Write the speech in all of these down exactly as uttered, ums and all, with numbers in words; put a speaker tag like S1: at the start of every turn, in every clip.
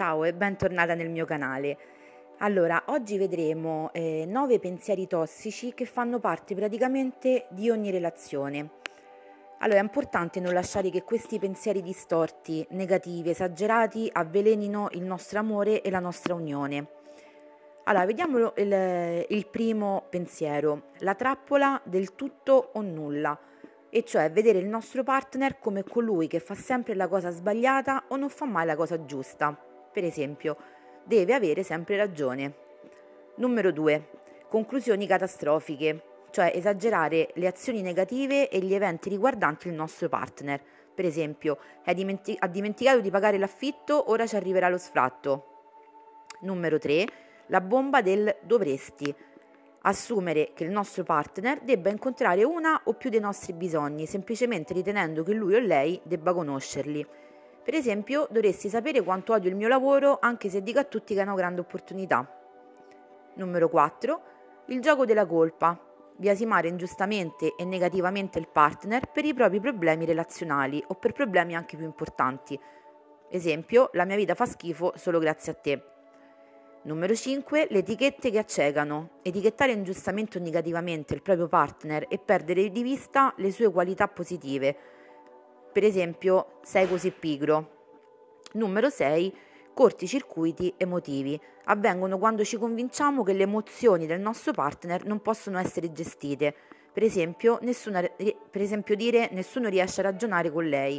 S1: Ciao e bentornata nel mio canale. Allora, oggi vedremo eh, nove pensieri tossici che fanno parte praticamente di ogni relazione. Allora, è importante non lasciare che questi pensieri distorti, negativi, esagerati avvelenino il nostro amore e la nostra unione. Allora, vediamo il, il primo pensiero, la trappola del tutto o nulla, e cioè vedere il nostro partner come colui che fa sempre la cosa sbagliata o non fa mai la cosa giusta. Per esempio, deve avere sempre ragione. Numero due. Conclusioni catastrofiche, cioè esagerare le azioni negative e gli eventi riguardanti il nostro partner. Per esempio, ha dimenticato di pagare l'affitto, ora ci arriverà lo sfratto. Numero tre. La bomba del dovresti. Assumere che il nostro partner debba incontrare una o più dei nostri bisogni, semplicemente ritenendo che lui o lei debba conoscerli. Per esempio, dovresti sapere quanto odio il mio lavoro, anche se dico a tutti che è una grande opportunità. Numero quattro. Il gioco della colpa. Biasimare ingiustamente e negativamente il partner per i propri problemi relazionali o per problemi anche più importanti. Esempio, la mia vita fa schifo solo grazie a te. Numero cinque. Le etichette che accecano. Etichettare ingiustamente o negativamente il proprio partner e perdere di vista le sue qualità positive. Per esempio, sei così pigro. Numero sei. Corticircuiti emotivi. Avvengono quando ci convinciamo che le emozioni del nostro partner non possono essere gestite. Per esempio, nessuna, per esempio dire nessuno riesce a ragionare con lei.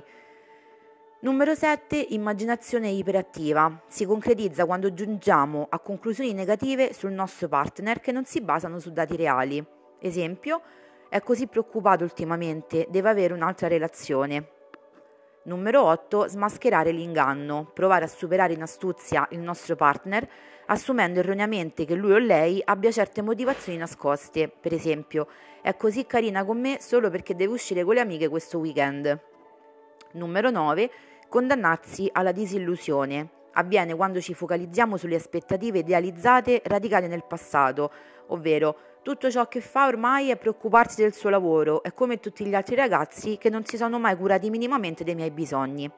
S1: Numero sette. Immaginazione iperattiva. Si concretizza quando giungiamo a conclusioni negative sul nostro partner che non si basano su dati reali. Esempio, è così preoccupato ultimamente, deve avere un'altra relazione. Numero otto. Smascherare l'inganno. Provare a superare in astuzia il nostro partner assumendo erroneamente che lui o lei abbia certe motivazioni nascoste. Per esempio, è così carina con me solo perché deve uscire con le amiche questo weekend. Numero nove. Condannarsi alla disillusione. Avviene quando ci focalizziamo sulle aspettative idealizzate radicate nel passato, ovvero tutto ciò che fa ormai è preoccuparsi del suo lavoro, è come tutti gli altri ragazzi che non si sono mai curati minimamente dei miei bisogni.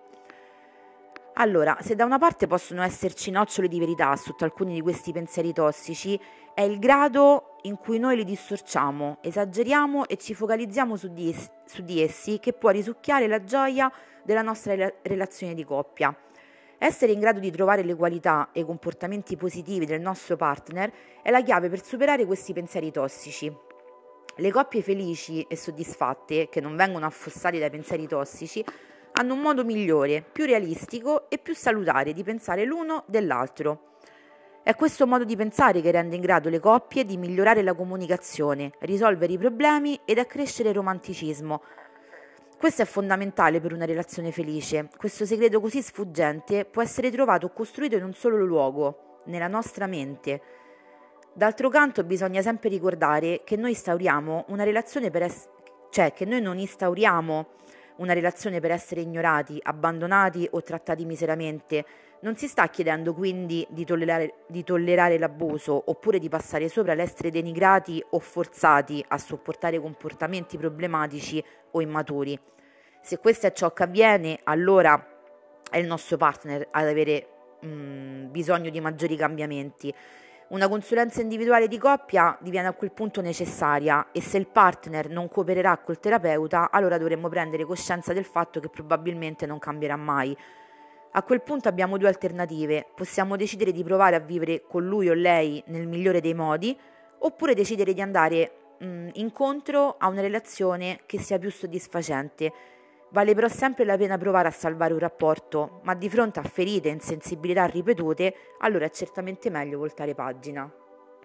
S1: Allora, se da una parte possono esserci nocciole di verità sotto alcuni di questi pensieri tossici, è il grado in cui noi li distorciamo, esageriamo e ci focalizziamo su di, es- su di essi che può risucchiare la gioia della nostra rela- relazione di coppia. Essere in grado di trovare le qualità e i comportamenti positivi del nostro partner è la chiave per superare questi pensieri tossici. Le coppie felici e soddisfatte, che non vengono affossate dai pensieri tossici, hanno un modo migliore, più realistico e più salutare di pensare l'uno dell'altro. È questo modo di pensare che rende in grado le coppie di migliorare la comunicazione, risolvere i problemi ed accrescere il romanticismo. Questo è fondamentale per una relazione felice. Questo segreto così sfuggente può essere trovato o costruito in un solo luogo, nella nostra mente. D'altro canto bisogna sempre ricordare che noi instauriamo una relazione per es- cioè che noi non instauriamo una relazione per essere ignorati, abbandonati o trattati miseramente. Non si sta chiedendo quindi di tollerare, di tollerare l'abuso oppure di passare sopra l'essere denigrati o forzati a sopportare comportamenti problematici o immaturi. Se questo è ciò che avviene, allora è il nostro partner ad avere mh, bisogno di maggiori cambiamenti. Una consulenza individuale di coppia diviene a quel punto necessaria e se il partner non coopererà col terapeuta, allora dovremmo prendere coscienza del fatto che probabilmente non cambierà mai. A quel punto abbiamo due alternative: possiamo decidere di provare a vivere con lui o lei nel migliore dei modi, oppure decidere di andare mh, incontro a una relazione che sia più soddisfacente. Vale però sempre la pena provare a salvare un rapporto, ma di fronte a ferite e insensibilità ripetute, allora è certamente meglio voltare pagina.